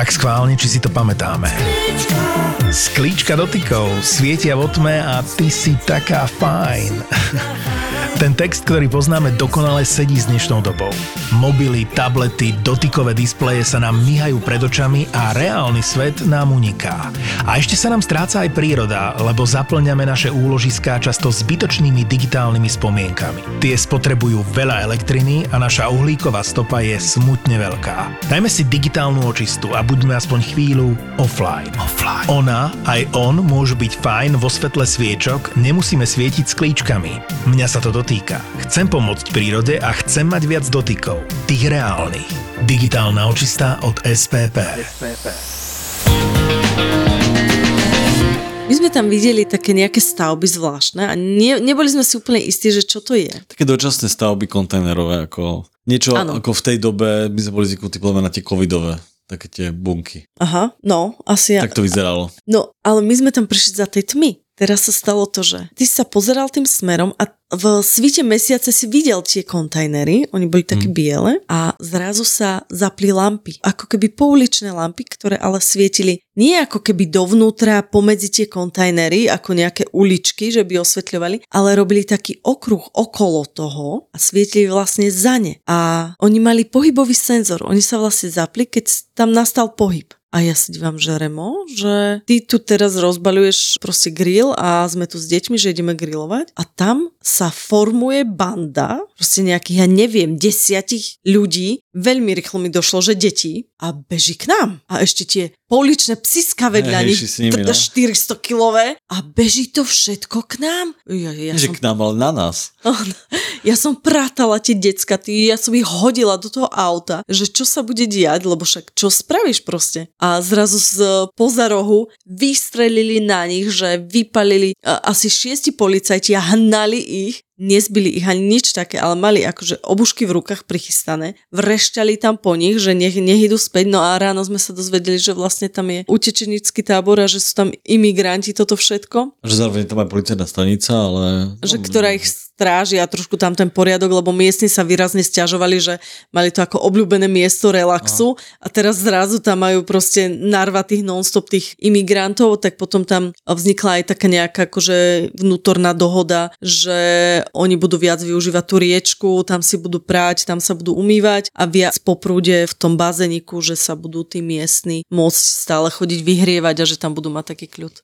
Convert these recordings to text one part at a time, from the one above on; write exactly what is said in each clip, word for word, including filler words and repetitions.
Tak schválne, či si to pamätáme. Sklíčka dotykov svietia vo tme a ty si taká fajn. Ten text, ktorý poznáme, dokonale sedí s dnešnou dobou. Mobily, tablety, dotykové displeje sa nám myhajú pred očami a reálny svet nám uniká. A ešte sa nám stráca aj príroda, lebo zaplňame naše úložiská často zbytočnými digitálnymi spomienkami. Tie spotrebujú veľa elektriny a naša uhlíková stopa je smutne veľká. Dajme si digitálnu očistu a buďme aspoň chvíľu offline. offline. Ona aj on môžu byť fajn vo svetle sviečok, nemusíme svietiť sklíčkami. Mňa sa to dotýka. Chcem pomôcť prírode a chcem mať viac dotykov. Tých reálnych. Digitálna očista od es pé pé. My sme tam videli také nejaké stavby zvláštne a ne, neboli sme si úplne istí, že čo to je. Také dočasné stavby kontajnerové, ako niečo ano. Ako v tej dobe by sme boli zvyknutí na tie covidové. Také tie bunky. Aha, no, asi... Tak to vyzeralo. No, ale my sme tam prišli za tej tmy. Teraz sa stalo to, že ty sa pozeral tým smerom a v svite mesiace si videl tie kontajnery, oni boli také mm. biele a zrazu sa zapli lampy. Ako keby pouličné lampy, ktoré ale svietili nie ako keby dovnútra pomedzi tie kontajnery, ako nejaké uličky, že by osvetľovali, ale robili taký okruh okolo toho a svietili vlastne za ne. A oni mali pohybový senzor, oni sa vlastne zapli, keď tam nastal pohyb. A ja sa dívam, že Remo, že ty tu teraz rozbaľuješ proste grill a sme tu s deťmi, že ideme grillovať a tam sa formuje banda, proste nejakých, ja neviem, desiatich ľudí, veľmi rýchlo mi došlo, že deti a beží k nám. A ešte tie pouličné psiska vedľa nich, teda no? štyristo kilové a beží to všetko k nám. Ja, ja že som... k nám, ale na nás. Ja som prátala tie decka, ty, ja som ich hodila do toho auta, že čo sa bude diať, lebo však čo spravíš proste. A zrazu z poza rohu vystrelili na nich, že vypalili asi šiesti policajti a hnali ich. Nezbili ich ani nič také, ale mali akože obušky v rukách prichystané. Vrešťali tam po nich, že nech, nech idú späť. No a ráno sme sa dozvedeli, že vlastne tam je utečenický tábor a že sú tam imigranti, toto všetko. Že zároveň tam aj policajná stanica, ale... Že ktorá ich stráži a trošku tam ten poriadok, lebo miestni sa výrazne sťažovali, že mali to ako obľúbené miesto relaxu a, a teraz zrazu tam majú proste narvatých non-stop tých imigrantov, tak potom tam vznikla aj taká nejaká akože vnútorná dohoda, že oni budú viac využívať tú riečku, tam si budú práť, tam sa budú umývať a viac po prúde v tom bazéniku, že sa budú tí miestni môcť stále chodiť vyhrievať a že tam budú mať taký kľud.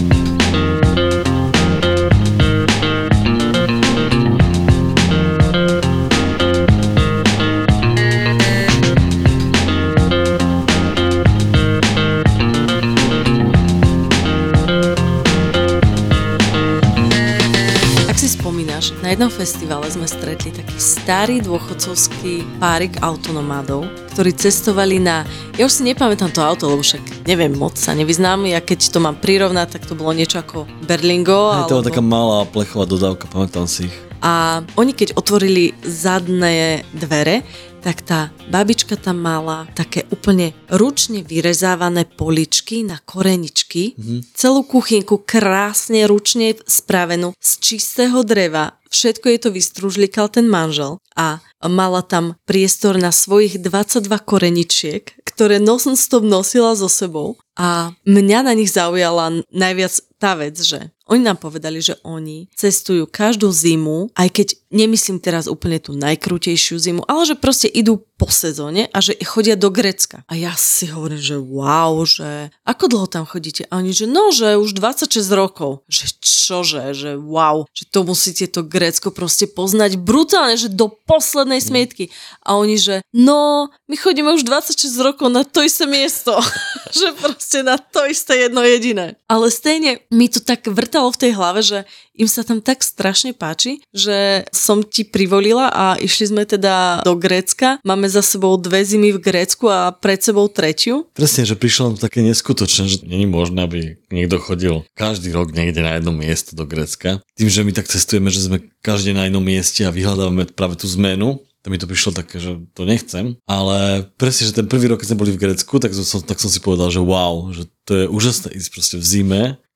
Na jednom festivale sme stretli taký starý dôchodcovský párik autonomádov, ktorí cestovali na... Ja už si nepamätám to auto, lebo však neviem, moc sa nevyznám. Ja keď to mám prirovnať, tak to bolo niečo ako Berlingo. Je to alebo... taká malá plechová dodávka, pamätám si ich. A oni keď otvorili zadné dvere, tak tá babička tam mala také úplne ručne vyrezávané poličky na koreničky. Mm-hmm. Celú kuchynku krásne ručne spravenú z čistého dreva. Všetko je to vystružlikal ten manžel a mala tam priestor na svojich dvadsaťdva koreničiek, ktoré non-stop nosila so sebou. A mňa na nich zaujala najviac tá vec, že oni nám povedali, že oni cestujú každú zimu, aj keď nemyslím teraz úplne tú najkrútejšiu zimu, ale že proste idú po sezóne a že chodia do Grécka. A ja si hovorím, že wow, že ako dlho tam chodíte? A oni, že no, že už dvadsaťšesť rokov. Že čože, že wow, že to musíte to Grécko proste poznať brutálne, že do poslednej smietky. A oni, že no, my chodíme už dvadsaťšesť rokov na to isté miesto. Že proste na to isté jedno jediné. Ale stejne mi to tak vrtalo v tej hlave, že im sa tam tak strašne páči, že som ti privolila a išli sme teda do Grécka. Máme za sebou dve zimy v Grécku a pred sebou tretiu. Presne, že prišlo nám také neskutočné, že nie je možné, aby niekto chodil každý rok niekde na jedno miesto do Grécka. Tým, že my tak cestujeme, že sme každý na jednom mieste a vyhľadávame práve tú zmenu, tak mi to prišlo také, že to nechcem. Ale presne, že ten prvý rok, keď sme boli v Grécku, tak som, tak som si povedal, že wow, že to je úžasné ísť proste v zime,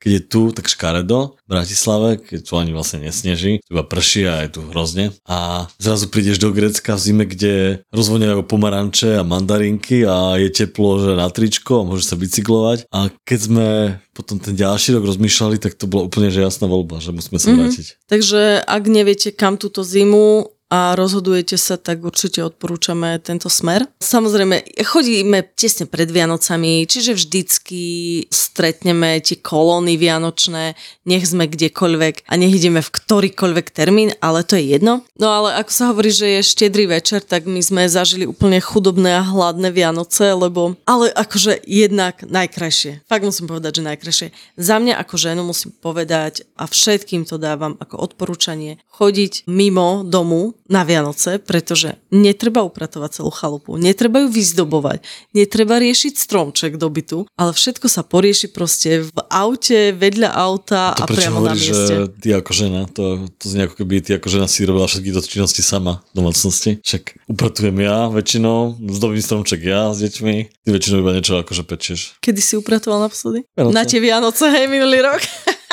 keď je tu tak škaredo v Bratislave, keď tu ani vlastne nesneží, tu iba prší a je tu hrozne. A zrazu prídeš do Grécka v zime, kde rozvoňajú pomaranče a mandarinky a je teplo, že na tričko a môže sa bicyklovať. A keď sme potom ten ďalší rok rozmýšľali, tak to bola úplne že jasná voľba, že musíme sa vrátiť. Mm-hmm. Takže ak neviete, kam túto zimu a rozhodujete sa, tak určite odporúčame tento smer. Samozrejme, chodíme tesne pred Vianocami, čiže vždycky stretneme tie kolóny vianočné, nech sme kdekoľvek a nech ideme v ktorýkoľvek termín, ale to je jedno. No ale ako sa hovorí, že je štedrý večer, tak my sme zažili úplne chudobné a hladné Vianoce, lebo, ale akože jednak najkrajšie. Fakt musím povedať, že najkrajšie. Za mňa ako ženu musím povedať a všetkým to dávam ako odporúčanie, chodiť mimo domu na Vianoce, pretože netreba upratovať celú chalupu, netreba ju vyzdobovať, netreba riešiť stromček do bytu, ale všetko sa porieši proste v aute, vedľa auta to a priamo na mieste. To prečo ty ako žena, to, to znie ako keby ty ako žena si robila všetky činnosti sama v domácnosti. Však upratujem ja väčšinou, zdobím stromček ja s deťmi, ty väčšinou iba niečo akože pečieš. Kedy si upratoval naposledy? Vianoce. Na tie Vianoce, hej, minulý rok.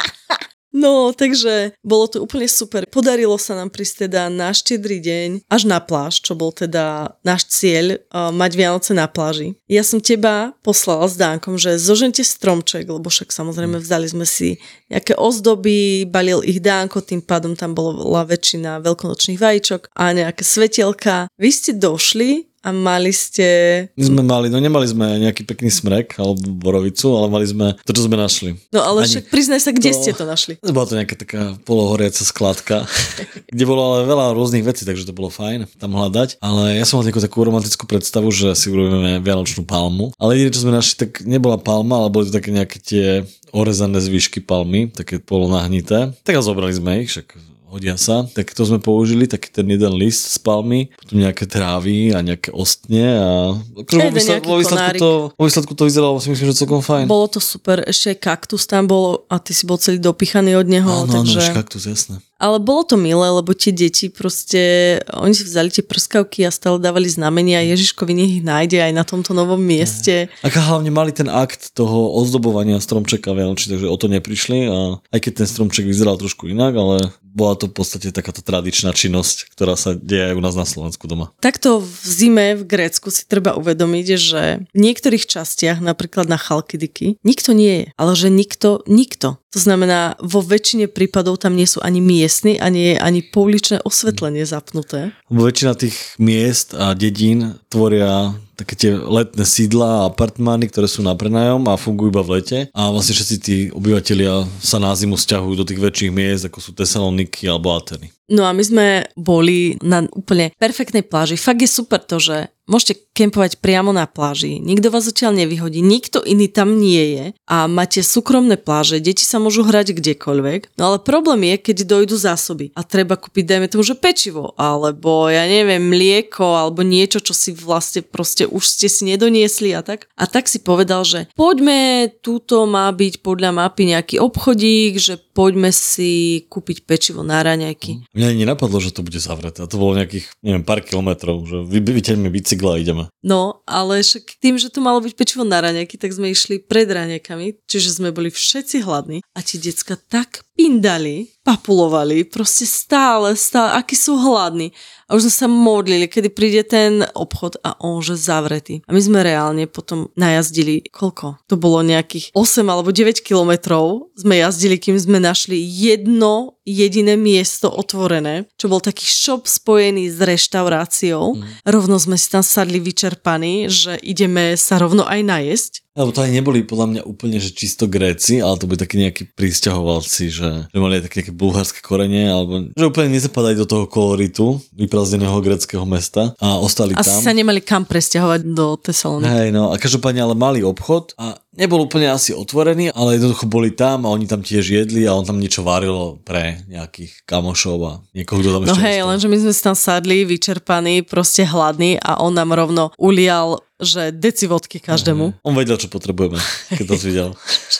No, takže bolo to úplne super. Podarilo sa nám prísť teda na štedrý deň až na pláž, čo bol teda náš cieľ, uh, mať Vianoce na pláži. Ja som teba poslala s Dánkom, že zožente stromček, lebo však samozrejme vzali sme si nejaké ozdoby, balil ich Dánko, tým pádom tam bola väčšina veľkonočných vajíčok a nejaké svetielka. Vy ste došli a mali ste... My sme mali, no nemali sme nejaký pekný smrek alebo borovicu, ale mali sme to, čo sme našli. No ale Ani však priznaj sa, kde to... ste to našli? Bola to nejaká taká polohoriaca skladka, kde bolo ale veľa rôznych vecí, takže to bolo fajn tam hľadať. Ale ja som mal takú, takú romantickú predstavu, že si urobíme vianočnú palmu. Ale jediné, čo sme našli, tak nebola palma, ale boli to také nejaké tie orezané zvyšky palmy, také polonahnité. Tak a zobrali sme ich, však hodia sa. Tak to sme použili, taký ten jeden list z palmy, potom nejaké trávy a nejaké ostne a vo, výsledku, vo, výsledku to, vo výsledku to vyzeralo, si myslím, že celkom fajn. Bolo to super, ešte aj kaktus tam bol a ty si bol celý dopichaný od neho. Áno, takže... áno, kaktus, jasné. Ale bolo to milé, lebo tie deti proste, oni si vzali tie prskavky a stále dávali znamenia Ježiškovi, nech ich nájde aj na tomto novom mieste. A hlavne mali ten akt toho ozdobovania stromčeka Vianočí, takže o to neprišli a aj keď ten stromček vyzeral trošku inak, ale bola to v podstate takáto tradičná činnosť, ktorá sa deje aj u nás na Slovensku doma. Takto v zime v Grécku si treba uvedomiť, že v niektorých častiach, napríklad na Chalkidiky, nikto nie je, ale že nikto, nikto. To znamená, vo väčšine prípadov tam nie sú ani miestni, ani, ani pouličné osvetlenie zapnuté. Vo väčšina tých miest a dedín tvoria také tie letné sídla a apartmány, ktoré sú na prenájom a fungujú iba v lete. A vlastne všetci tí obyvatelia sa na zimu sťahujú do tých väčších miest, ako sú Tesaloniky alebo Ateny. No a my sme boli na úplne perfektnej pláži. Fakt je super to, že môžete kempovať priamo na pláži. Nikto vás odtiaľ nevyhodí, nikto iný tam nie je a máte súkromné pláže, deti sa môžu hrať kdekoľvek. No ale problém je, keď dojdu zásoby a treba kúpiť, dajme tomu, že pečivo, alebo ja neviem, mlieko, alebo niečo, čo si vlastne proste už ste si nedoniesli a tak. A tak si povedal, že poďme, túto má byť podľa mapy nejaký obchodík, že poďme si kúpiť pečivo na raňajky. Mňa ani nenapadlo, že to bude zavreté. A to bolo nejakých, neviem, pár kilometrov, že vyteľme bicykla a ideme. No, ale však tým, že tu malo byť pečivo na raňajky, tak sme išli pred raňajkami, čiže sme boli všetci hladní a ti decka tak pindali, papulovali, proste stále, stále, akí sú hladní. A už sme sa modlili, kedy príde ten obchod a on že zavretý. A my sme reálne potom najazdili, koľko? To bolo nejakých osem alebo deväť kilometrov sme jazdili, kým sme našli jedno jediné miesto otvorené, čo bol taký shop spojený s reštauráciou. Mm. Rovno sme si tam sadli vyčerpaní, že ideme sa rovno aj najesť. Lebo to aj neboli podľa mňa úplne, že čisto Gréci, ale to boli takí nejakí prisťahovalci, že, že mali aj také nejaké bulharské korene, alebo že úplne nezapadali do toho koloritu vyprázdneného gréckeho mesta a ostali Asi tam. Asi sa nemali kam presťahovať do Tesaloniky. Hej, no a každopádne ale mali obchod a nebol úplne asi otvorený, ale jednoducho boli tam a oni tam tiež jedli a on tam niečo varilo pre nejakých kamošov a niekoho, kto tam no ešte hej, ostal. lenže my sme si tam sadli, vyčerpaní, proste hladní a on nám rovno ulial, že deci vodky každému. Aha. On vedel, čo potrebujeme, keď to videl.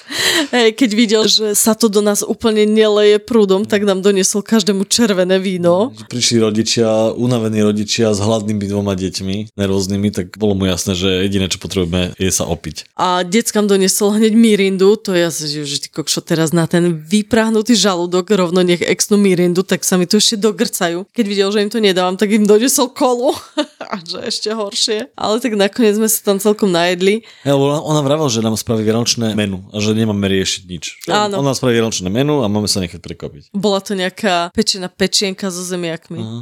Hej, keď videl, že sa to do nás úplne neleje prúdom, tak nám doniesol každému červené víno. Prišli rodičia, unavení rodičia s hladnými dvoma deťmi, nervóznymi, tak bolo mu jasné, že jediné, čo potrebujeme, je sa opiť. A deckám doniesol hneď mirindu, to ja si že ty kokšo teraz na ten vyprahnutý žalúdok rovno nech exnú mirindu, tak sa mi to ešte dogrcajú. Keď videl, že im to nedávam, tak im doniesol kolu. A že ešte horšie. Ale tak nakoniec sme sa tam celkom najedli. Ja, ona, ona vravila, že nám spraví vianočné menu a že nemáme riešiť nič. Áno. Ona spraví vianočné menu a máme sa nechať prekvapiť. Bola to nejaká pečená pečienka so zemiakmi. Aha.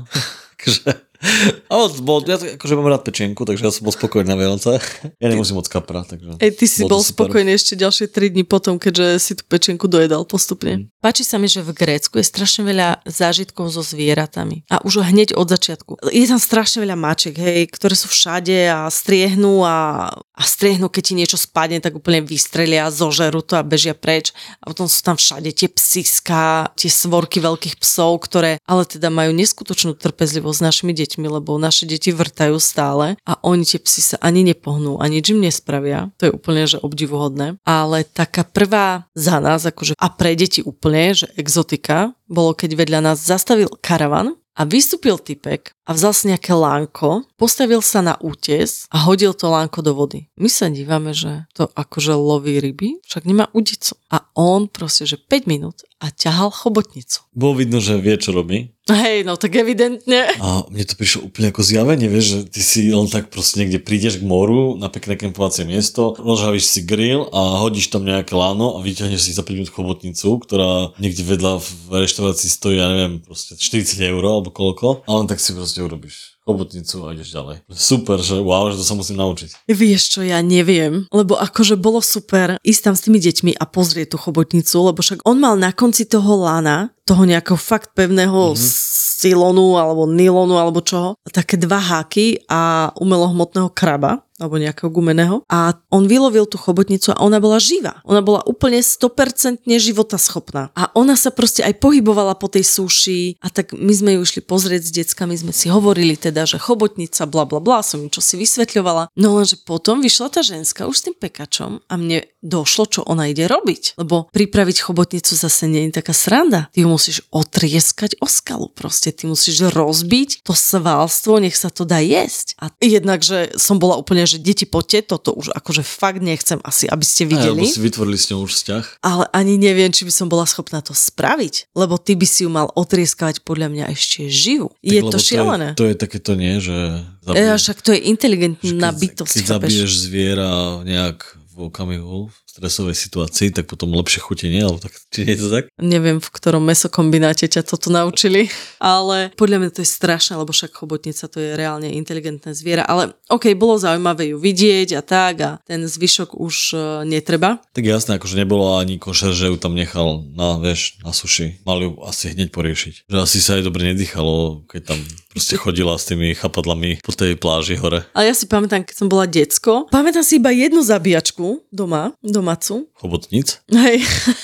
Ale bol, ja akože mám rád pečienku, takže ja som bol spokojný na Vianoce. Ja nemusím moc kapra, takže... Ej, ty si bol, bol spokojný ešte ďalšie tri dni potom, keďže si tú pečienku dojedal postupne. Mm. Páči sa mi, že v Grécku je strašne veľa zážitkov so zvieratami. A už hneď od začiatku. Je tam strašne veľa mačiek, hej, ktoré sú všade a striehnú a, a striehnú, keď ti niečo spadne, tak úplne vystrelia, zožerú to a bežia preč. A potom sú tam všade tie psíska, tie svorky veľkých psov, ktoré ale teda majú neskutočnú trpezlivosť s našimi deťmi, lebo naše deti vrtajú stále a oni tie psi sa ani nepohnú, ani nič im nespravia. To je úplne, že obdivuhodné. Ale taká prvá za nás, akože a pre deti úplne, že exotika, bolo, keď vedľa nás zastavil karavan a vystúpil typek a vzal si nejaké lánko, postavil sa na útes a hodil to lánko do vody. My sa dívame, že to akože loví ryby, však nemá udicu. A on proste, že päť minút a ťahal chobotnicu. Bolo vidno, že vie, čo robí. Hej, no tak evidentne. A mne to prišlo úplne ako zjavenie, vieš, že ty si len tak proste niekde prídeš k moru na pekné kempovacie miesto, rozžavíš si grill a hodíš tam nejaké láno a vyťahneš si za päť minút chobotnicu, ktorá niekde vedľa v reštaurácii stojí, ja neviem, proste štyridsať eur alebo koľko, a len tak si proste urobíš chobotnicu a ideš ďalej. Super, že wow, že to sa musím naučiť. Vieš čo, ja neviem, lebo akože bolo super ísť tam s tými deťmi a pozrieť tú chobotnicu, lebo však on mal na konci toho lána, toho nejakého fakt pevného mm-hmm. silonu alebo nylonu alebo čoho, také dva háky a umelohmotného kraba alebo nejakého gumeného a on vylovil tú chobotnicu a ona bola živá. Ona bola úplne sto percent životaschopná. A ona sa proste aj pohybovala po tej súši a tak my sme ju išli pozrieť s deckami, sme si hovorili teda, že chobotnica bla bla bla, som im čo si vysvetľovala. No lenže potom vyšla tá ženská už s tým pekačom a mne došlo, čo ona ide robiť. Lebo pripraviť chobotnicu zase nie je taká sranda. Ty ju musíš otrieskať o skalu proste. Ty musíš rozbiť to svalstvo, nech sa to dá jesť. A jednak, že som bola úplne, že deti, poďte, toto už akože fakt nechcem asi, aby ste videli. Alebo si vytvorili s ňou už vzťah. Ale ani neviem, či by som bola schopná to spraviť, lebo ty by si ju mal otrieskať podľa mňa ešte živú. Tak, je to šialené. To je, to je takéto nie, že... Zabij... Ja, však to je inteligentná keď, bytosť. Keď zabiješ zviera nejak v okamihu, v stresovej situácii, tak potom lepšie chutenie, alebo tak, či nie je to tak? Neviem, v ktorom mesokombináte ťa toto naučili, ale podľa mňa to je strašné, lebo však chobotnica to je reálne inteligentné zviera, ale okej, okay, bolo zaujímavé ju vidieť a tak a ten zvyšok už uh, netreba. Tak jasné, akože nebolo ani košer, že ju tam nechal na, vieš, na suši. Mali ju asi hneď poriešiť. Že asi sa jej dobre nedýchalo, keď tam proste chodila s tými chapadlami po tej pláži hore. Ale ja si pamätám, keď som bola decko, pamätám si iba jednu zabíjačku doma, domácu. Chobotnic? Hej.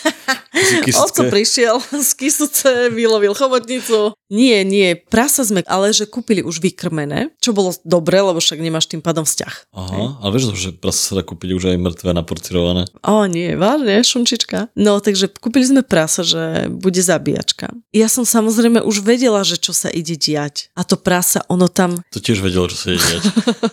Oco prišiel z Kysuce, vylovil chobotnicu. Nie, nie, prasa sme, ale že kúpili už vykrmené, čo bolo dobre, lebo však nemáš tým pádom vzťah. Aha, hej. Ale vieš, že prasa sa dá kúpiť už aj mŕtve, naporcirované. Ó, nie, vážne, šunčička. No, takže kúpili sme prasa, že bude zabíjačka. Ja som samozrejme už vedela, že čo sa ide diať. A to prasa, ono tam... To tiež vedelo, čo sa ide diať.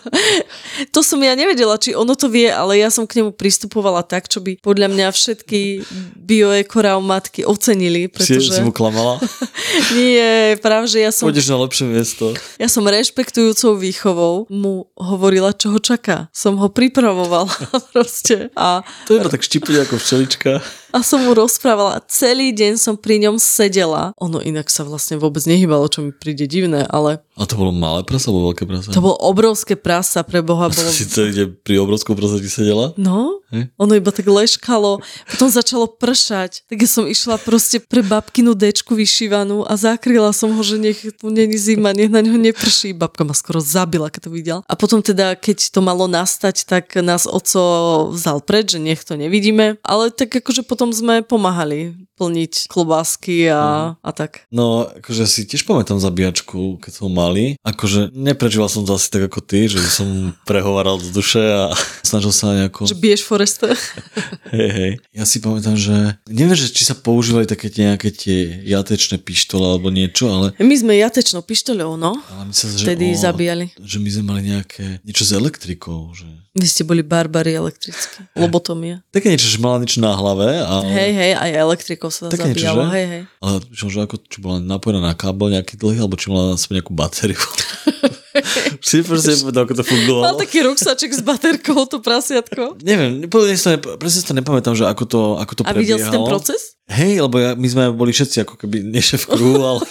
To som ja nevedela, či ono to vie, ale ja som k nemu pristupovala tak, čo by podľa mňa všetky bioekorau matky ocenili, pretože... Si, si mu klamala? Nie, práve, že ja som... Pôjdeš na lepšie miesto. Ja som rešpektujúcou výchovou mu hovorila, čo ho čaká. Som ho pripravovala proste. A... To je tak štipuť ako včelička. A som mu rozprávala. Celý deň som pri ňom sedela. Ono inak sa vlastne vôbec nehýbalo, čo mi príde divné, ale... A to bolo malé prasa, alebo veľké prasa? To bolo obrovské prasa, pre Boha. Bolo... Si celý deň pri obrovskom prasa ti sedela? No, hm? Ono iba tak leškalo. Potom začalo pršať. Tak ja som išla proste pre babkinu déčku vyšívanú a zakryla som ho, že nech tu není zima, nech na ňo neprší. Babka ma skoro zabila, keď to videla. A potom teda, keď to malo nastať, tak nás oco vzal preč, že nech to nevidíme. Ale tak akože potom sme pomáhali plniť klobásky a, a tak. No, akože si tiež pamätám zabíjačku, keď som mal mali. Akože neprežíval som to asi tak ako ty, že som prehovaral do duše a snažil sa nejako... Že biješ Foresta. Hej, hej. Ja si pamätám, že neviem, že či sa používali také tie nejaké tie jatečné pištole alebo niečo, ale... My sme jatečnou pištoľou, no. Ale myslím, že, vtedy o, zabíjali. Že my sme mali nejaké... niečo s elektrikou, že... Vy ste boli barbary elektrickí. Lobotomia. Také niečo, že mala niečo na hlave. Ale... Hej, hej, aj elektrikou sa také zabíjalo. Niečo, hej, hej. Ale čo, že ako, či bola napojená na kábel nejaký dlhý, alebo či mala na sebe nejakú batériu. Si proste povedal, ako to fungovalo. Mal taký ruksaček s baterkou, to prasiatko. Neviem, presne to nepamätám, že ako to, ako to A prebiehalo. videl si ten proces? Hej, lebo ja, my sme boli všetci ako keby nešef kruhu, ale...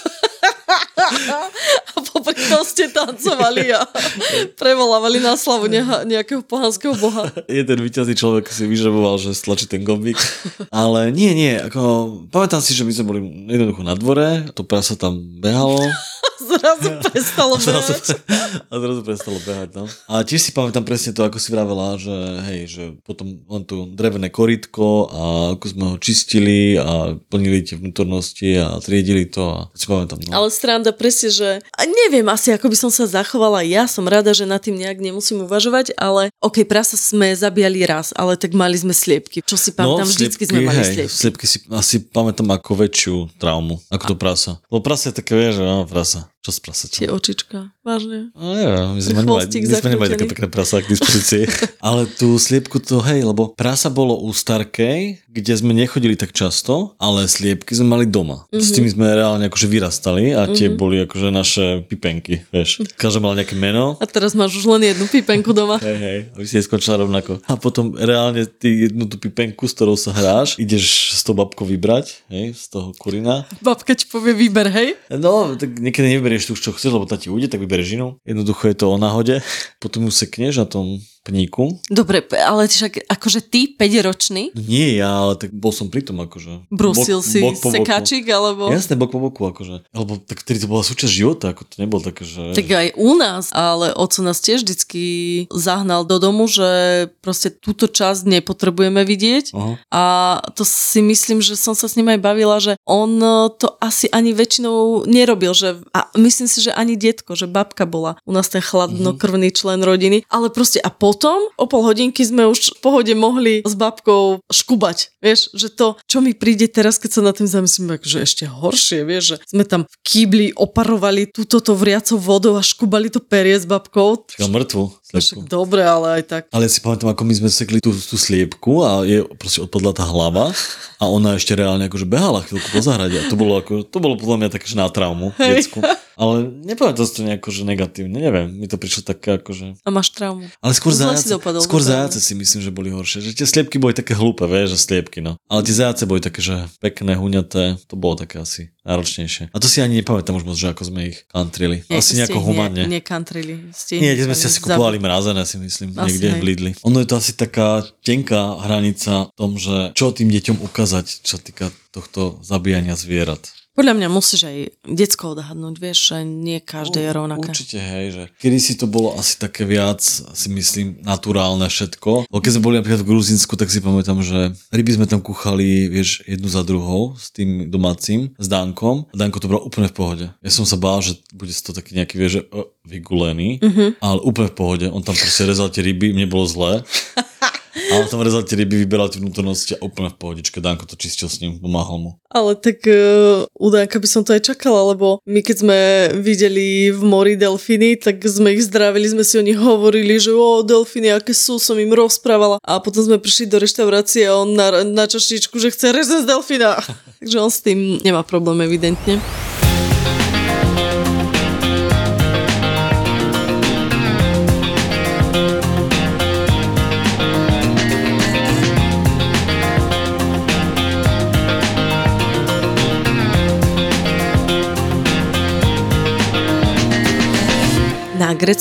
A popri tom ste tancovali a prevolávali na slavu neha, nejakého pohanského boha. Jeden víťazný človek si vyžaboval, že stlačí ten gombík. Ale nie, nie, ako pamätám si, že my sme boli jednoducho na dvore, to prasa tam behalo. Zrazu prestalo behať. A zrazu prestalo behať, no. A tiež si pamätám presne to, ako si vravela, že hej, že potom len tu drevené korítko a ako sme ho čistili a plnili tie vnútornosti a triedili to a si pamätám, no. Ale stranda presne, že a neviem asi, ako by som sa zachovala. Ja som rada, že nad tým nejak nemusím uvažovať, ale ok, prasa sme zabíjali raz, ale tak mali sme sliepky. Čo si pamätám, no, vždycky sme mali hej, sliepky. Sliepky si asi pamätám ako väčšiu traumu, ako to prasa. Lebo prasa je také, vieš, že no, prasa. Čo z prasa? Tie očička, vážne. No neviem, my sme nemali, my sme nemali také pekné prasa k dispozícii. Ale tú sliepku to, hej, lebo prasa bolo u Starkej, kde sme nechodili tak často, ale sliepky sme mali doma. Mm-hmm. S tými sme reálne akože vyrastali a tie mm-hmm. boli akože naše pipenky, vieš. Každá mala nejaké meno. A teraz máš už len jednu pipenku doma. Hej, hej, aby si neskončila rovnako. A potom reálne ty jednu tú pipenku, s ktorou sa hráš, ideš s tou babkou vybrať, hej, z toho kurina. Babka ti povie výber, hej? No, tak niekedy nevyberieš tu, čo chceš, lebo tá ti ujde, tak vyberieš inú. Jednoducho je to o náhode. Potom ju sekneš na tom pníku. Dobre, ale však akože ty, päťročný? No nie ja, ale tak bol som pri tom akože. Brusil bok, si bok sekáčik, alebo? Jasné, bok po boku akože. Alebo tak vtedy to bola súčasť života, ako to nebolo také, že... Tak aj u nás, ale oco nás tiež vždycky zahnal do domu, že proste túto časť nepotrebujeme vidieť. Aha. A to si myslím, že som sa s ním aj bavila, že on to asi ani väčšinou nerobil, že a myslím si, že ani detko, že babka bola u nás ten chladnokrvný člen rodiny, ale proste a potom o pol hodinky sme už v pohode mohli s babkou škubať. Vieš, že to, čo mi príde teraz, keď sa na tým zamyslím, že ešte horšie, vieš, že sme tam v kýbli oparovali túto vriacou vodou a škubali to perie s babkou. Čiže mŕtvu. Však dobre, ale aj tak. Ale ja si pamätám, ako my sme sekli tú, tú sliepku a je proste odpadla tá hlava a ona ešte reálne akože behala chvíľku po záhrade a to bolo, ako, to bolo podľa mňa také, že na traumu detskú. Ale nepamätám to nejako, že negatívne, neviem, mi to prišlo také akože... A máš traumu. Ale skôr zajace, dopadol, skôr zajace si myslím, že boli horšie, že tie sliepky boli také hlúpe, vieš, že sliepky, no. Ale tie zajace boli také, že pekné, huňaté, to bolo také asi náročnejšie. A to si ani nepamätám už moc, že ako sme ich kantrili. Nie, asi nejako humánne. Nie, nekantrili. Nie, kde sme si asi kupovali mrazené, si myslím, asi niekde hej. v Lidli. Ono je to asi taká tenká hranica v tom, že čo tým deťom ukázať, čo týka tohto zabíjania zvierat. Podľa mňa musíš aj decko odhadnúť, vieš, že nie každé je rovnaké. Určite, hej, že kedysi to bolo asi také viac, si myslím, naturálne všetko. Lebo keď sme boli napríklad v Gruzínsku, tak si pamätám, že ryby sme tam kuchali, vieš, jednu za druhou s tým domácim, s Dankom. A Danko to bral úplne v pohode. Ja som sa bál, že bude to taký nejaký, vieš, že uh, vygulený, uh-huh. ale úplne v pohode. On tam proste rezal tie ryby, mne bolo zlé. Ale tam rezal tie ryby, vyberal tie vnútornosti a úplne v pohodičke. Danko to čistil s ním, pomáhal mu. Ale tak uh, u Danka by som to aj čakala, lebo my keď sme videli v mori delfíny, tak sme ich zdravili, sme si o nich hovorili, že o, delfíny, aké sú, som im rozprávala. A potom sme prišli do reštaurácie a on na, na čaštičku, že chce rezať z delfína. Takže on s tým nemá problém evidentne. Na Grécku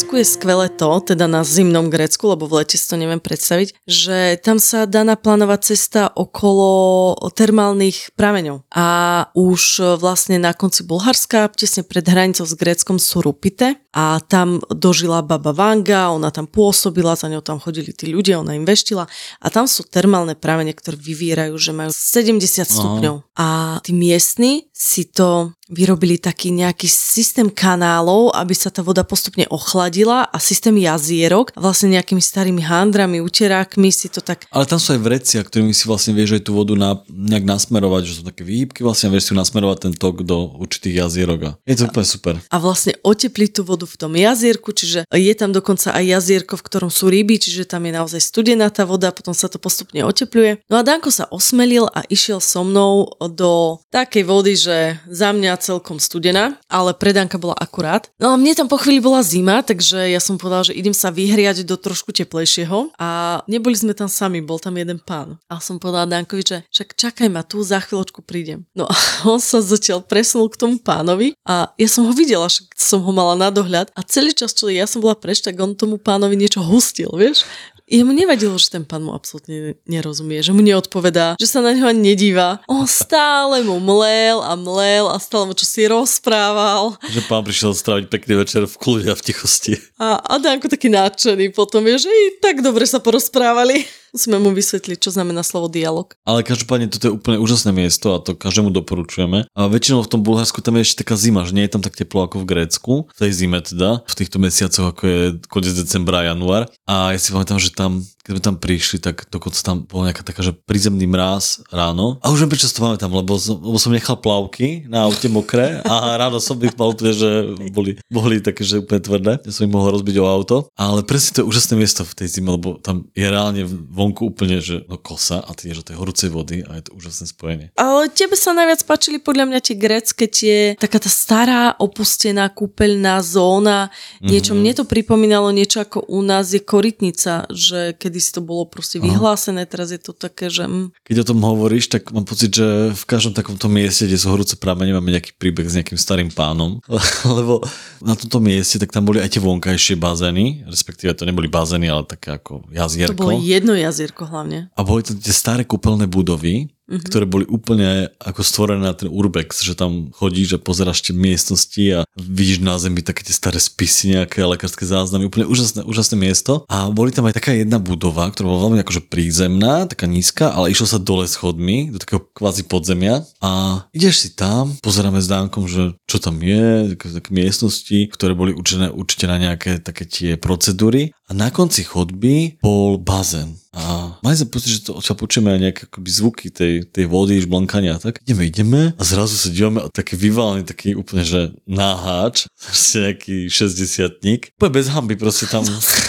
Grécku je skvelé to, teda na zimnom Grécku, lebo v lete si to neviem predstaviť, že tam sa dá naplánovať cesta okolo termálnych prameňov. A už vlastne na konci Bulharska, tesne pred hranicou s Gréckom sú Rupite a tam dožila baba Vanga, ona tam pôsobila, za ňou tam chodili tí ľudia, ona im veštila a tam sú termálne pramene, ktoré vyvierajú, že majú sedemdesiat stupňov. A tí miestni si to vyrobili taký nejaký systém kanálov, aby sa tá voda postupne ochladila a systém jazierok a vlastne nejakými starými handrami, uterákmi si to tak... Ale tam sú aj vrecia, ktorými si vlastne vieš aj tú vodu na, nejak nasmerovať, že sú také výhybky, vlastne vieš si nasmerovať ten tok do určitých jazierok. A je to úplne super. A vlastne oteplí tú vodu v tom jazierku, čiže je tam dokonca aj jazierko, v ktorom sú ryby, čiže tam je naozaj studená tá voda, potom sa to postupne otepluje. No a Danko sa osmelil a išiel so mnou do takej vody, že za mňa celkom studená, ale pre Danka bola akurát. No a mne tam po chvíli bola zima, takže ja som povedala, že idem sa vyhriať do trošku teplejšieho a neboli sme tam sami, bol tam jeden pán. A som povedala Dankovi, že však čakaj ma tu, za chvíľočku prídem. No a on sa zatiaľ presunul k tomu pánovi a ja som ho videla, že som ho mala na dohľad a celý čas, čo ja som bola preč, tak on tomu pánovi niečo hustil, vieš? Jemu nevadilo, že ten pán mu absolútne nerozumie, že mu neodpovedá, že sa na ňo ani nedíva. On stále mu mlel a mlel a stále mu čo si rozprával. Že pán prišiel stráviť pekný večer v kľude a v tichosti. A, a Danko taký nadšený potom je, že i tak dobre sa porozprávali. Musíme mu vysvetliť, čo znamená slovo dialog. Ale každopádne toto je úplne úžasné miesto a to každému doporučujeme. A väčšinou v tom Bulharsku tam je ešte taká zima, že nie je tam tak teplo ako v Grécku. V tej zime teda, v týchto mesiacoch ako je koniec decembra a január. A ja si pamätám, že tam, keď sme tam prišli, tak dokonca tam bola nejaká taká, že prízemný mráz ráno. A už prečo to pamätám, lebo som, lebo som nechal plavky na aute mokré a ráno som ich mal úplne, že boli, boli také, že úplne tvrdé. Ja som ich mohol rozbiť o auto. Ale presne to je úžasné miesto v tej zime, lebo tam je reálne vonku úplne, že no kosa a ty ješ do tej horúcej vody a je to úžasné spojenie. Ale tebe sa najviac páčili podľa mňa tie grécke, tie taká tá stará opustená kúpeľná zóna. Niečo, mm-hmm. mne to pripomínalo niečo ako u nás je Korytnica, že kedysi to bolo proste vyhlásené, teraz je to také, že... Mm. Keď o tom hovoríš, tak mám pocit, že v každom takomto mieste, kde sú horúce pramene, máme nejaký príbeh s nejakým starým pánom, lebo na tomto mieste, tak tam boli aj tie vonkajšie bazény, respektíve to neboli bazény, ale také ako jazierko. To bolo jedno jazierko hlavne. A boli to tie staré kúpeľné budovy, mm-hmm. ktoré boli úplne ako stvorené na ten urbex, že tam chodíš a pozeráš tie miestnosti a vidíš na zemi také tie staré spisy, nejaké lekárske záznamy, úplne úžasné, úžasné miesto. A boli tam aj taká jedna budova, ktorá bola veľmi akože prízemná, taká nízka, ale išlo sa dole schodmi do takého kvázi podzemia a ideš si tam, pozeráme s Dánkom, že čo tam je, také, také miestnosti, ktoré boli určené určite na nejaké také tie procedúry a na konci chodby bol bazén. A mali sme pocit, že to odtiaľ počujeme aj nejaké akoby zvuky tej, tej vody, žblankania. Tak ideme, ideme a zrazu sa dívame a taký vyvalený, taký úplne, že náháč, proste nejaký šesťdesiatnik. Úplne bez hanby proste tam...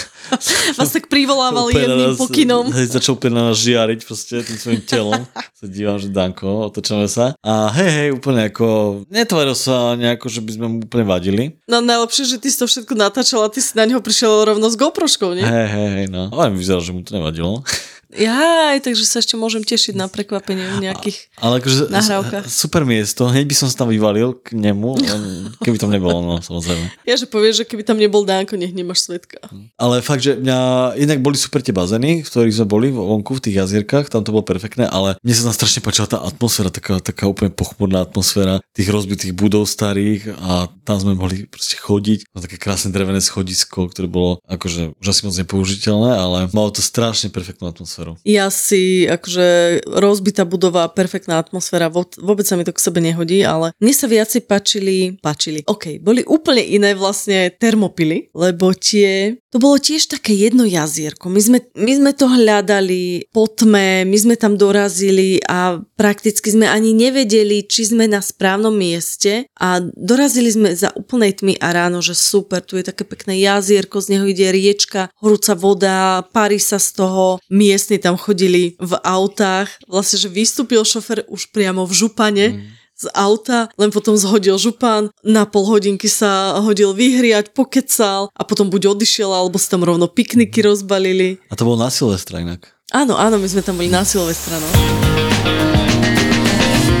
Vás tak privolával jedným pokynom. Hej, začal úplne na nás žiariť proste tým svojím telom. Sa dívam, že Danko, otočame sa. A hej, hej, úplne ako, netváril sa nejako, že by sme mu úplne vadili. No najlepšie, že ty si to všetko natáčal a ty si na neho prišiel rovno s GoProškou, nie? Hej, hej, hej, no. Ale mi vyzerá, že mu to nevadilo. Jaj, takže sa ešte môžem tešiť na prekvapenie v nejakých ale akože nahrávkach. Super miesto, hneď by som sa tam vyvalil k nemu, keby tam nebolo, no samozrejme. Ja, že povieš, že keby tam nebol Dánko, nech nemáš svetka. Ale fakt, že mňa, inak boli super tie bazény, v ktorých sme boli vonku v tých jazierkách, tam to bolo perfektné, ale mne sa tam strašne páčila tá atmosféra, taká, taká úplne pochmurná atmosféra tých rozbitých budov starých a tam sme mohli proste chodiť na také krásne drevené schodisko, ktoré bolo akože už asi moc nepoužiteľné, ale malo to strašne perfektnú atmosféru. Ja si, akože rozbitá budova, perfektná atmosféra, vôbec sa mi to k sebe nehodí, ale mne sa viacej páčili, páčili, ok, boli úplne iné vlastne termopily, lebo tie, to bolo tiež také jedno jazierko, my sme, my sme to hľadali po tme, my sme tam dorazili a prakticky sme ani nevedeli, či sme na správnom mieste a dorazili sme za úplnej tmy a ráno, že super, tu je také pekné jazierko, z neho ide riečka, horúca voda, pári sa z toho, miestni tam chodili v autách, vlastne, že vystúpil šofer už priamo v župane mm. z auta, len potom zhodil župan, na pol hodinky sa hodil vyhriať, pokecal a potom buď odišiel, alebo si tam rovno pikniky rozbalili. A to bolo na Silvestra inak. Áno, áno, my sme tam boli na Silvestra, no.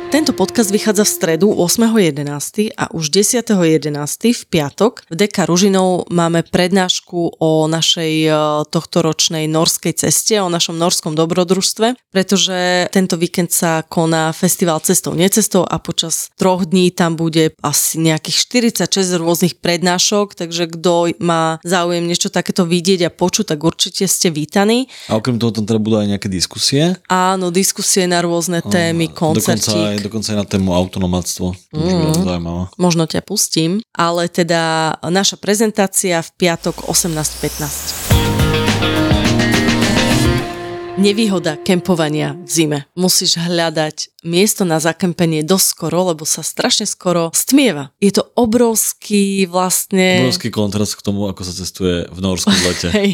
Tento podcast vychádza v stredu ôsmeho jedenásteho a už desiateho jedenásteho v piatok v dé ká Ružinov máme prednášku o našej tohtoročnej norskej ceste, o našom norskom dobrodružstve, pretože tento víkend sa koná festival Cestou necestou a počas troch dní tam bude asi nejakých štyridsaťšesť rôznych prednášok, takže kto má záujem niečo takéto vidieť a počuť, tak určite ste vítaní. A okrem toho tam teda budú aj nejaké diskusie? Áno, diskusie na rôzne témy, koncertík. Dokonca aj na tému autonomáctvo. To už mm. bude zaujímavé. Možno ťa pustím, ale teda naša prezentácia v piatok osemnásť pätnásť. Nevýhoda kempovania v zime. Musíš hľadať miesto na zakempenie dosť skoro, lebo sa strašne skoro stmieva. Je to obrovský vlastne... Obrovský kontrast k tomu, ako sa cestuje v Norsku v lete. Hej,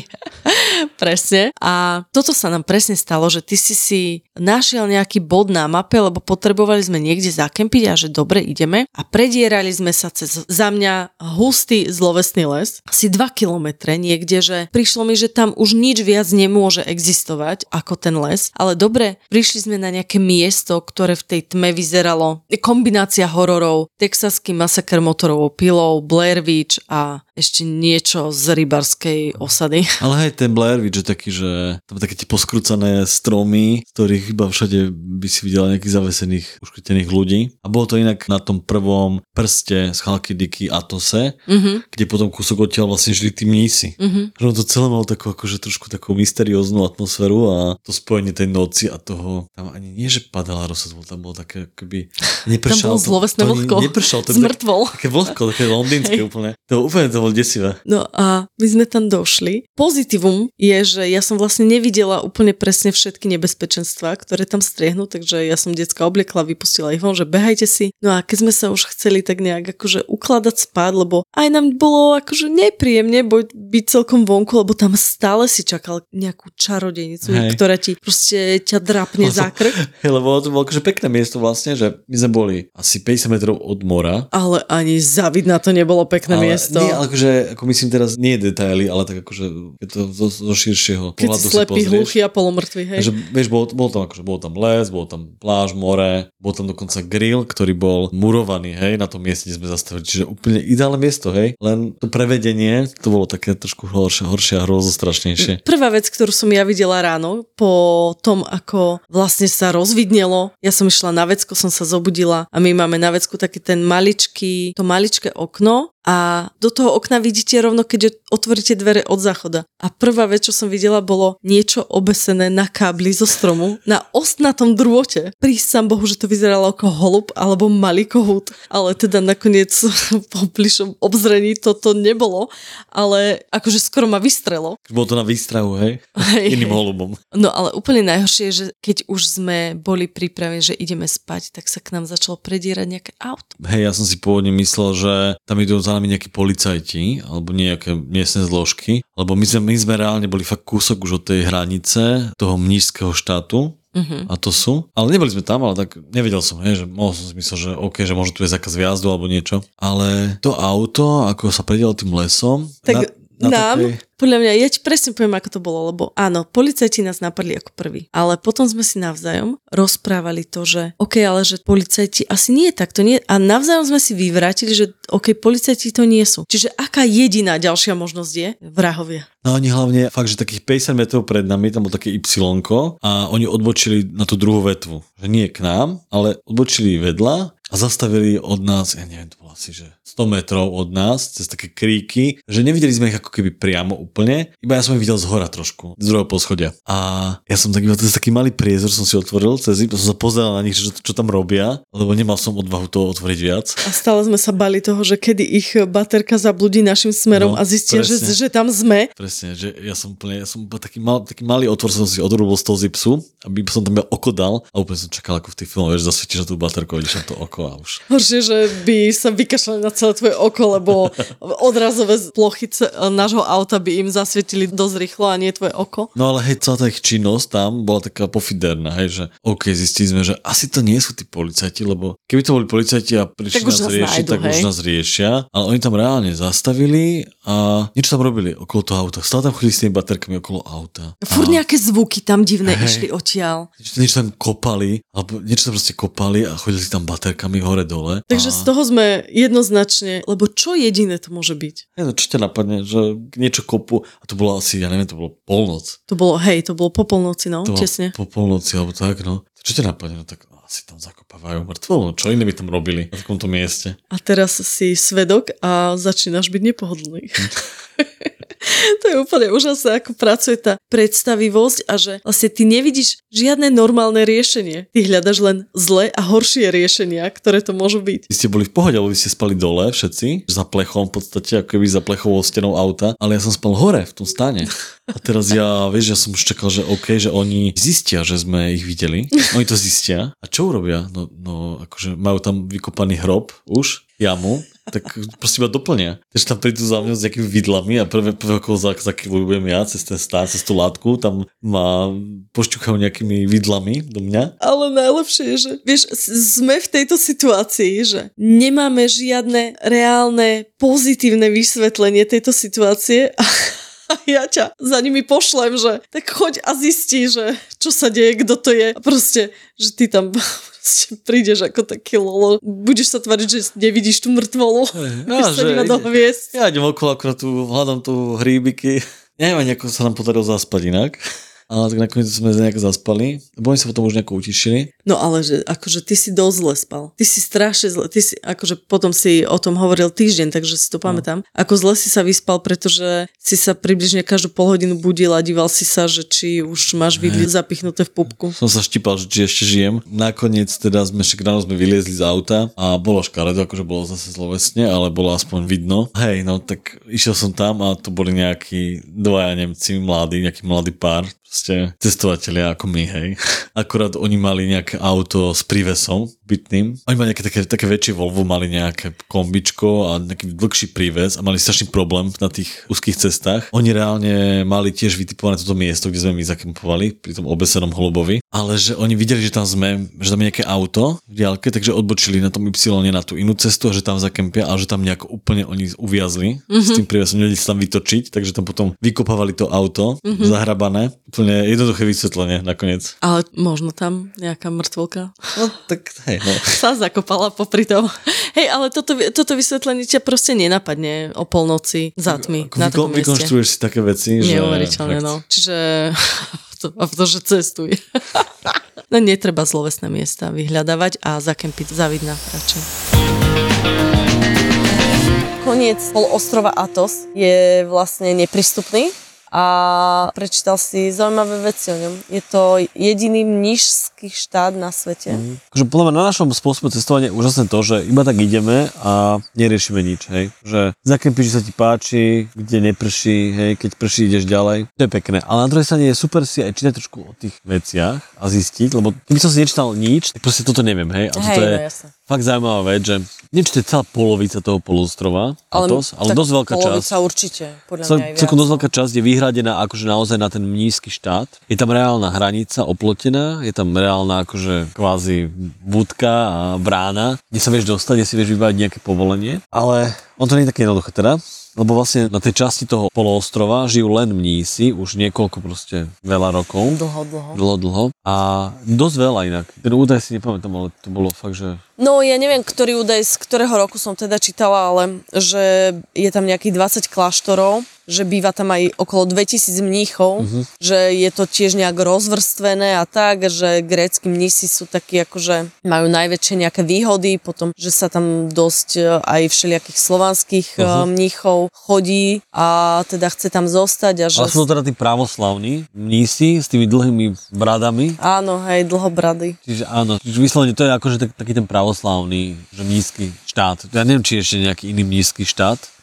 presne. A toto sa nám presne stalo, že ty si si našiel nejaký bod na mape, lebo potrebovali sme niekde zakempiť a že dobre, ideme. A predierali sme sa cez za mňa hustý zlovesný les. Asi dva kilometre niekde, že prišlo mi, že tam už nič viac nemôže existovať ako ten les. Ale dobre, prišli sme na nejaké miesto, ktoré v tej tme vyzeralo. Kombinácia hororov, texaský masaker motorovou pilou, Blair Witch a ešte niečo z rybarskej osady. Ale hej, ten Blair Witch je taký, že tam také tie poskrúcané stromy, z ktorých iba všade by si videl nejakých zavesených, uškrtených ľudí. A bolo to inak na tom prvom prste z Chalky Diky Atose, mm-hmm. kde potom kúsok odtiaľ vlastne žili tí mnísi. Mm-hmm. Že to celé malo takú, akože trošku takú mysterióznu atmosféru a to spojenie tej noci a toho, tam ani nie, že padala rosa, tam bolo také, keby nepršalo. Tam bolo zlovesné vlhko. Nepršalo. To zmrtvol. Také vlhko, také londýnske úplne. To úplne to bolo desivé. No a my sme tam došli. Pozitívum je, že ja som vlastne nevidela úplne presne všetky nebezpečenstvá, ktoré tam striehnú, takže ja som decka obliekla, vypustila ich von, že behajte si. No a keď sme sa už chceli tak nejak akože ukladať spať, lebo aj nám bolo akože nepríjemne byť celkom vonku, lebo tam stále si čakal nejakú čarodejnicu, hej, ktorá ti proste ťa drapne za krk. Hej, lebo to bolo akože pekné miesto vlastne, že my sme boli asi päťdesiat metrov od mora. Ale ani zavid na to nebolo pekné ale, miesto. Nie, ale akože, ako myslím teraz, nie detaily, ale tak akože je to zo, zo širšieho keď pohľadu si slepý, hluchý a polomrtvý, hej. Takže, vieš, bol, bol tam akože, bol tam les, bol tam pláž, more, bol tam dokonca grill, ktorý bol murovaný, hej, na tom mieste, kde sme zastavili. Čiže úplne ideálne miesto, hej. Len to prevedenie, to bolo také trošku horšie, horšie a hrozostrašnejšie. Prvá vec, ktorú som ja videla ráno, po tom, ako vlastne sa rozvidnelo, ja som išla na vecko, som sa zobudila a my máme na vecku taký ten maličký, to maličké okno a do toho okna vidíte rovno, keď otvoríte dvere od záchoda. A prvá vec, čo som videla, bolo niečo obesené na kábli zo stromu, na ostnatom drôte. Prísam Bohu, že to vyzeralo ako holub alebo malý kohút, ale teda nakoniec po bližšom obzrení toto nebolo, ale akože skoro ma vystrelo. Bolo to na výstrahu, hej? hej Iným holubom. No ale úplne najhoršie je, že keď už sme boli pripravení, že ideme spať, tak sa k nám začalo predierať nejaké auto. Hej, ja som si pôvodne myslel, že tam idú za nami nejakí policajti alebo nejaké miestne zložky, lebo my sme, my sme reálne boli fakt kúsok už od tej hranice toho mníšskeho štátu. Uh-huh. A to sú. Ale neboli sme tam, ale tak nevedel som, hej, že mohol som si myslel, že OK, že možno tu je zákaz vjazdu alebo niečo. Ale to auto, ako sa predialo tým lesom... Tak na, na nám... takej... Podľa mňa, ja ti presne poviem, ako to bolo, lebo áno, policajti nás napadli ako prví, ale potom sme si navzájom rozprávali to, že OK, ale že policajti asi nie je takto, nie, a navzájom sme si vyvrátili, že OK, policajti to nie sú. Čiže aká jediná ďalšia možnosť je? Vrahovia. No oni hlavne fakt, že takých päťdesiat metrov pred nami, tam bol také Y-ko a oni odbočili na tú druhú vetvu. Že nie k nám, ale odbočili vedľa a zastavili od nás, ja neviem, to bolo asi, že sto metrov od nás, cez také kríky, že nevideli sme ich ako keby priamo úplne, iba ja som ich videl z hora trošku, z druhého poschodia. A ja som taký, to je taký malý priezor, som si otvoril cez zip, som sa pozeral na nich, čo, čo tam robia, lebo nemal som odvahu toho otvoriť viac. A stále sme sa bali toho, že kedy ich baterka zabludí našim smerom no, a zistia, že, že tam sme. Presne, že ja som úplne, ja som taký, mal, taký malý otvor, som si odrobil z toho zipsu, aby som tam oko dal a úplne som čakal, ako v tých filmoch, že zasvietiš na tú baterku a ideš na to oko. oko a už. Horšie, že by sa vykašľali na celé tvoje oko, lebo odrazové plochy nášho auta by im zasvietili dosť rýchlo a nie tvoje oko. No ale hej, celá tá ich činnosť tam bola taká pofiderná, hej, že OK, zistili sme, že asi to nie sú tí policajti, lebo keby to boli policajti a prišli tak nás, nás riešiť, nájdu, tak hej. Už nás riešia, ale oni tam reálne zastavili a niečo tam robili okolo toho auta. Stále tam chodili s tými baterkami okolo auta. Fúr nejaké zvuky tam divné hej. Išli odtiaľ. Niečo, niečo tam kopali, alebo niečo tam proste kopali a chodili tam baterkami hore-dole. Takže a... z toho sme jednoznačne, lebo čo jediné to môže byť? Hej, no čo ťa napadne, že niečo kopu a to bolo asi, ja neviem, to bolo polnoc. To bolo, hej, to bolo po polnoci, no, to tesne. Po polnoci, alebo tak, no. Čo ťa napadne? No tak asi tam zakopávajú mŕtvolu, no čo iné by tam robili na takomto mieste? A teraz si svedok a začínaš byť nepohodlný. To je úplne úžasné, ako pracuje tá predstavivosť a že vlastne ty nevidíš žiadne normálne riešenie. Ty hľadaš len zlé a horšie riešenia, ktoré to môžu byť. Vy ste boli v pohode, alebo vy ste spali dole všetci, za plechom v podstate, ako keby za plechovou stenou auta, ale ja som spal hore v tom stane. A teraz ja, vieš, ja som už čakal, že OK, že oni zistia, že sme ich videli. Oni to zistia. A čo urobia? No, no akože majú tam vykopaný hrob už, jamu, tak proste iba doplnia. Takže tam prídu za mňa s nejakými vidlami a prvé, prvé ako zakyvujem ja cez ten stán, cez tú látku, tam ma pošťuchajú nejakými vidlami do mňa. Ale najlepšie je, že vieš, sme v tejto situácii, že nemáme žiadne reálne pozitívne vysvetlenie tejto situácie a a ja ťa za nimi pošlem, že tak choď a zistí, že čo sa deje, kto to je. A proste, že ty tam proste prídeš ako taký lolo. Budeš sa tvariť, že nevidíš tú mŕtvolu. Ja, že do hviezd. Ja idem okolo, akorát tu hľadám tu hríbiky. Neviem, ako sa nám podarilo zaspať inak. Ale tak nakoniec sme nejak zaspali. Bo oni sa potom už nejako utišili. No ale že akože ty si dosť zle spal. Ty si strašne zle. Ty si akože potom si o tom hovoril týždeň, takže si to pamätám. No. Ako zle si sa vyspal, pretože si sa približne každú pol hodinu budil a díval si sa, že či už máš vidly zapichnuté v pupku. Som sa štípal, že či ešte žijem. Nakoniec teda sme však ráno sme vyliezli z auta a bolo škaredo, akože bolo zase zlovesne, ale bolo aspoň vidno. Hej, no tak išiel som tam a to boli nejakí dvaja Nemci, mladí, nejaký mladý pár. Proste cestovatelia ako my, hej. Akurát oni mali nejaké auto s prívesom bytným. Oni mali nejaké také, také väčšie Volvo, mali nejaké kombičko a nejaký dlhší príves a mali strašný problém na tých úzkých cestách. Oni reálne mali tiež vytipované toto miesto, kde sme my zakempovali, pri tom obesenom holubovi, ale že oni videli, že tam sme, že tam je nejaké auto v diaľke, takže odbočili na tom Y na tú inú cestu a že tam zakempia a že tam nejako úplne oni uviazli mm-hmm. s tým prívesom, nevedeli sa tam vytočiť, takže tam potom vykopávali to auto mm-hmm. zahrabané. Jednoduché vysvetlenie nakoniec. Ale možno tam nejaká mŕtvolka. No tak hej, no. Sa zakopala popri tom. Hej, ale toto, toto vysvetlenie ťa proste nenapadne o polnoci za tmy na takom mieste. Vykonštruuješ si také veci, že... Neuveriteľné, no. Čiže a v to, že cestuj. No netreba zlovesné miesta vyhľadávať a zakempiť zavidna radšej. Koniec polostrova Athos je vlastne neprístupný. A prečítal si zaujímavé veci o ňom. Je to jediný mníšsky štát na svete. Mm. Takže podľa mňa na našom spôsobe cestovania je úžasné to, že iba tak ideme a neriešime nič, hej. Že zakempíš, že sa ti páči, kde neprší, hej, keď prší, ideš ďalej. To je pekné. Ale na druhej strane je super si aj čítať trošku o tých veciach a zistiť, lebo keby som si nečítal nič, tak proste toto neviem, hej. A toto hej, je no, jasne. Fakt zaujímavá vec, že neviem, či to je celá polovica toho poloostrova, ale, Athos, ale dosť veľká časť. Polovica určite, podľa Cel, mňa aj viac. Celkom dosť veľká časť je vyhradená akože naozaj na ten mníšsky štát. Je tam reálna hranica oplotená, je tam reálna akože kvázi budka a brána, kde sa vieš dostať, kde si vieš vybaviť nejaké povolenie, ale on to nie je také jednoduché teda. Lebo vlastne na tej časti toho poloostrova žijú len mnísi už niekoľko proste veľa rokov. Dlho, dlho. Dlho, dlho. A dosť veľa inak. Ten údaj si nepamätám, ale to bolo fakt, že... No ja neviem, ktorý údaj z ktorého roku som teda čítala, ale že je tam nejakých dvadsať kláštorov, že býva tam aj okolo dvetisíc mníchov, uh-huh. že je to tiež nejak rozvrstvené a tak, že grécki mnísi sú takí akože majú najväčšie nejaké výhody, potom, že sa tam dosť aj všelijakých slovanských uh-huh. mníchov chodí a teda chce tam zostať. A že... Ale sú to teda tí pravoslavní mnísi s tými dlhými bradami. Áno, hej, dlhobrady. Čiže áno, čiže vyslovene to je akože tak, taký ten pravoslavný, že mníšsky štát. Ja neviem, či je ešte nejaký iný mníšsky štát.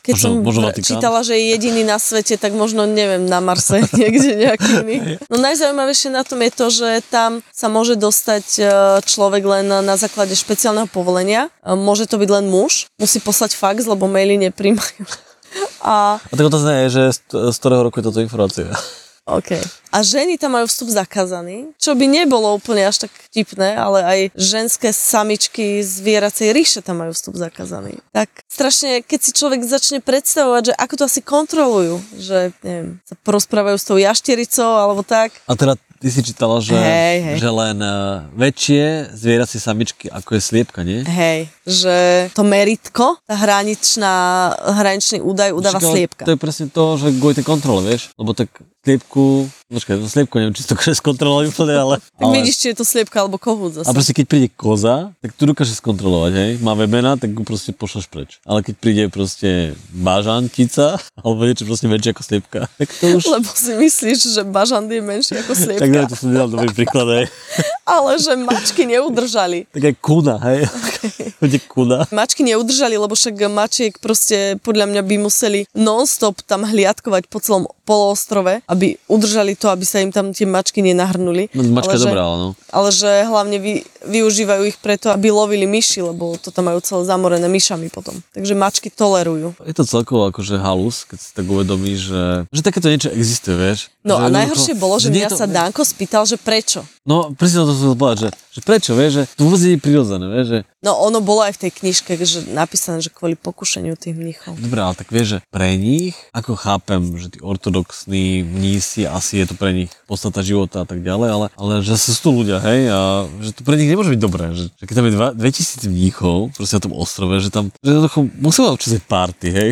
keď možno, som možno Vatikán. čítala, že je jediný na svete, tak možno, neviem, na Marse, niekde nejaký iný. No najzaujímavejšie na tom je to, že tam sa môže dostať človek len na základe špeciálneho povolenia. Môže to byť len muž, musí poslať fax, lebo maily nepríjmajú. A, a tak otázka je, že z ktorého roku je toto informácia? OK. A ženy tam majú vstup zakázaný, čo by nebolo úplne až tak vtipné, ale aj ženské samičky zvieracej ríše tam majú vstup zakázaný. Tak strašne, keď si človek začne predstavovať, že ako to asi kontrolujú, že neviem, sa porozprávajú s tou jaštericou alebo tak. A teda ty si čítala, že, hej, hej. že len uh, väčšie zvieracie samičky, ako je sliepka, nie? Hej, že to meritko, tá hraničná, hraničný údaj udáva Však, sliepka. To je presne to, že kvôli tej kontrole, vieš? Lebo tak sliepku, počkaj, to sliepku neviem, či to dokáže skontrolovať úplne, ale... Tak ale... vidíš, či je to sliepka alebo kohút zase. A proste keď príde koza, tak tu dokáže skontrolovať, hej? Má vemena, tak ju proste pošleš preč. Ale keď príde proste bažantica, alebo niečo proste menšie ako sliepka, tak to už... Lebo si myslíš, že bažant je menší ako sliepka. Tak neviem, to som nedal dobrý príklad, hej. Ale že mačky neudržali. Tak aj kuna, hej. Okay. kuna. Mačky neudržali, lebo však mačiek proste podľa mňa by museli non-stop tam hliadkovať po celom poloostrove, aby udržali to, aby sa im tam tie mačky nenahrnuli. No, mačka je dobrá, no. Ale že hlavne vy, využívajú ich preto, aby lovili myši, lebo to tam majú celé zamorené myšami potom. Takže mačky tolerujú. Je to celkovo akože halus, keď si tak uvedomíš, že, že takéto niečo existuje, vieš. No že a najhoršie bolo, že mňa to... sa Danko spýtal, že prečo. No, presne to som povedať, že, že prečo, vieš, že to vôbec nie je prirodzené, vieš, že... No ono bolo aj v tej knižke, že napísané, že kvôli pokušeniu tých mníchov. Dobre, ale tak vieš, že pre nich, ako chápem, že tí ortodoxní mnísi, asi je to pre nich podstata života a tak ďalej, ale, ale že sú tu ľudia, hej, a že to pre nich nemôže byť dobré, že, že keď tam je dvetisíc mníchov, proste na tom ostrove, že tam, že to musí mať občas aj party, hej.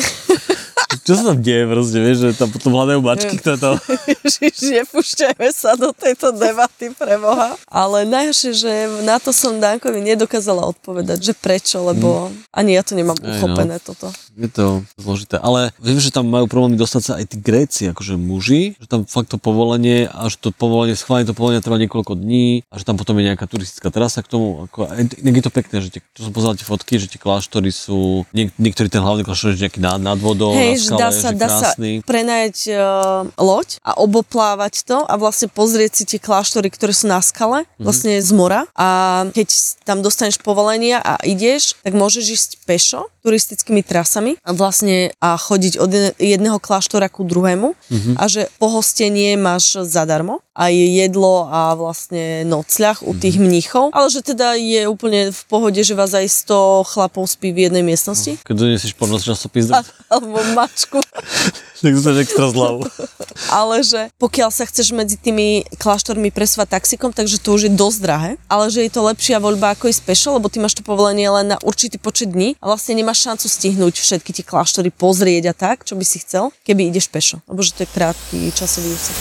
Čo sa tam deje proste, vieš, že tam potom hľadajú mačky, ktoré tam... Ježiš, nepúšťajme sa do tejto debaty pre Boha. Ale najhoršie, že na to som Dankovi nedokázala odpovedať, že prečo, lebo mm. ani ja to nemám uchopené, no. Toto. Je to zložité, ale viem, že tam majú problémy dostať sa aj tí Gréci, akože muži, že tam fakt to povolenie, a že to povolenie, schválenie to povolenie trvá niekoľko dní a že tam potom je nejaká turistická trasa k tomu, ako, je to pekné, že tie, čo som pozeral tie fotky, že tie kláštory sú, niek- niektorý ten hlavný kláštor je nejaký nad, nad vodou, hey, na skale, dá sa, dá sa prenajať uh, loď a oboplávať to a vlastne pozrieť si tie kláštory, ktoré sú na skale, mm-hmm. vlastne z mora a keď tam dostaneš povolenia a ideš, tak môžeš ísť pešo turistickými trasami a vlastne a chodiť od jedného kláštora ku druhému mm-hmm. a že pohostenie máš zadarmo a je jedlo a vlastne nocľah u tých mníchov, ale že teda je úplne v pohode, že vás aj sto chlapov spí v jednej miestnosti. Keď donesieš porno časopis, alebo mačku. Tak to je extra zľavu. Ale že pokiaľ sa chceš medzi tými kláštormi presúvať taxikom, takže to už je dosť drahé, ale že je to lepšia voľba ako ísť pešo, lebo ty máš to povolenie len na určitý počet dní a vlastne nemáš šancu stihnúť všetky tie kláštory pozrieť a tak, čo by si chcel, keby ideš pešo, lebo že to je krátky časový úsek.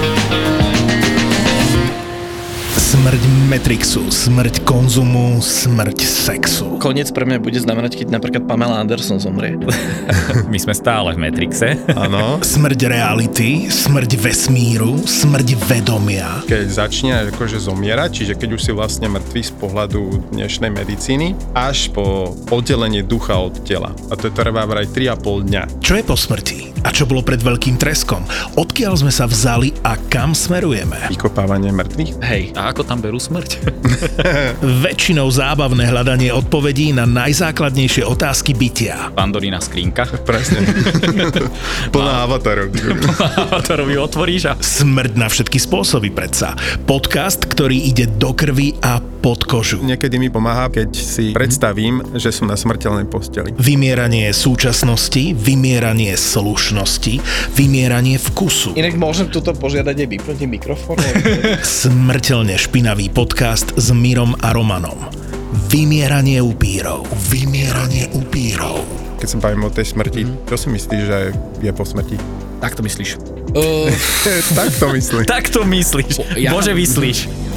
Smrť Matrixu, smrť konzumu, smrť sexu. Koniec pre mňa bude znamenať, keď napríklad Pamela Anderson zomrie. My sme stále v Matrixe. Áno. Smrť reality, smrť vesmíru, smrť vedomia. Keď začne akože zomierať, čiže keď už si vlastne mŕtvý z pohľadu dnešnej medicíny, až po oddelenie ducha od tela. A to trvá vraj tri a pol dňa. Čo je po smrti? A čo bolo pred veľkým treskom? Odkiaľ sme sa vzali a kam smerujeme? Vykopávanie mŕtvych? Hej. A ako tam berú smrť? Väčšinou zábavné hľadanie odpovedí na najzákladnejšie otázky bytia. Pandorína skrinka. Presne. Plná avatarov. Plná avatarov ju otvoríš a... Smrť na všetky spôsoby predsa. Podcast, ktorý ide do krvi a pod kožu. Niekedy mi pomáha, keď si predstavím, že som na smrteľnej posteli. Vymieranie súčasnosti, vymieranie slušnosti, vymieranie vkusu. Inak môžem tuto požiadať aj vypnúť mikrofón? Smrteľne špinavý podcast s Mirom a Romanom. Vymieranie upírov. Vymieranie upírov. Keď sa bavím o tej smrti, mm. čo si myslíš, že je po smrti? Tak to myslíš. Uh, tak to myslím. tak to myslíš. Ja, Bože, myslíš.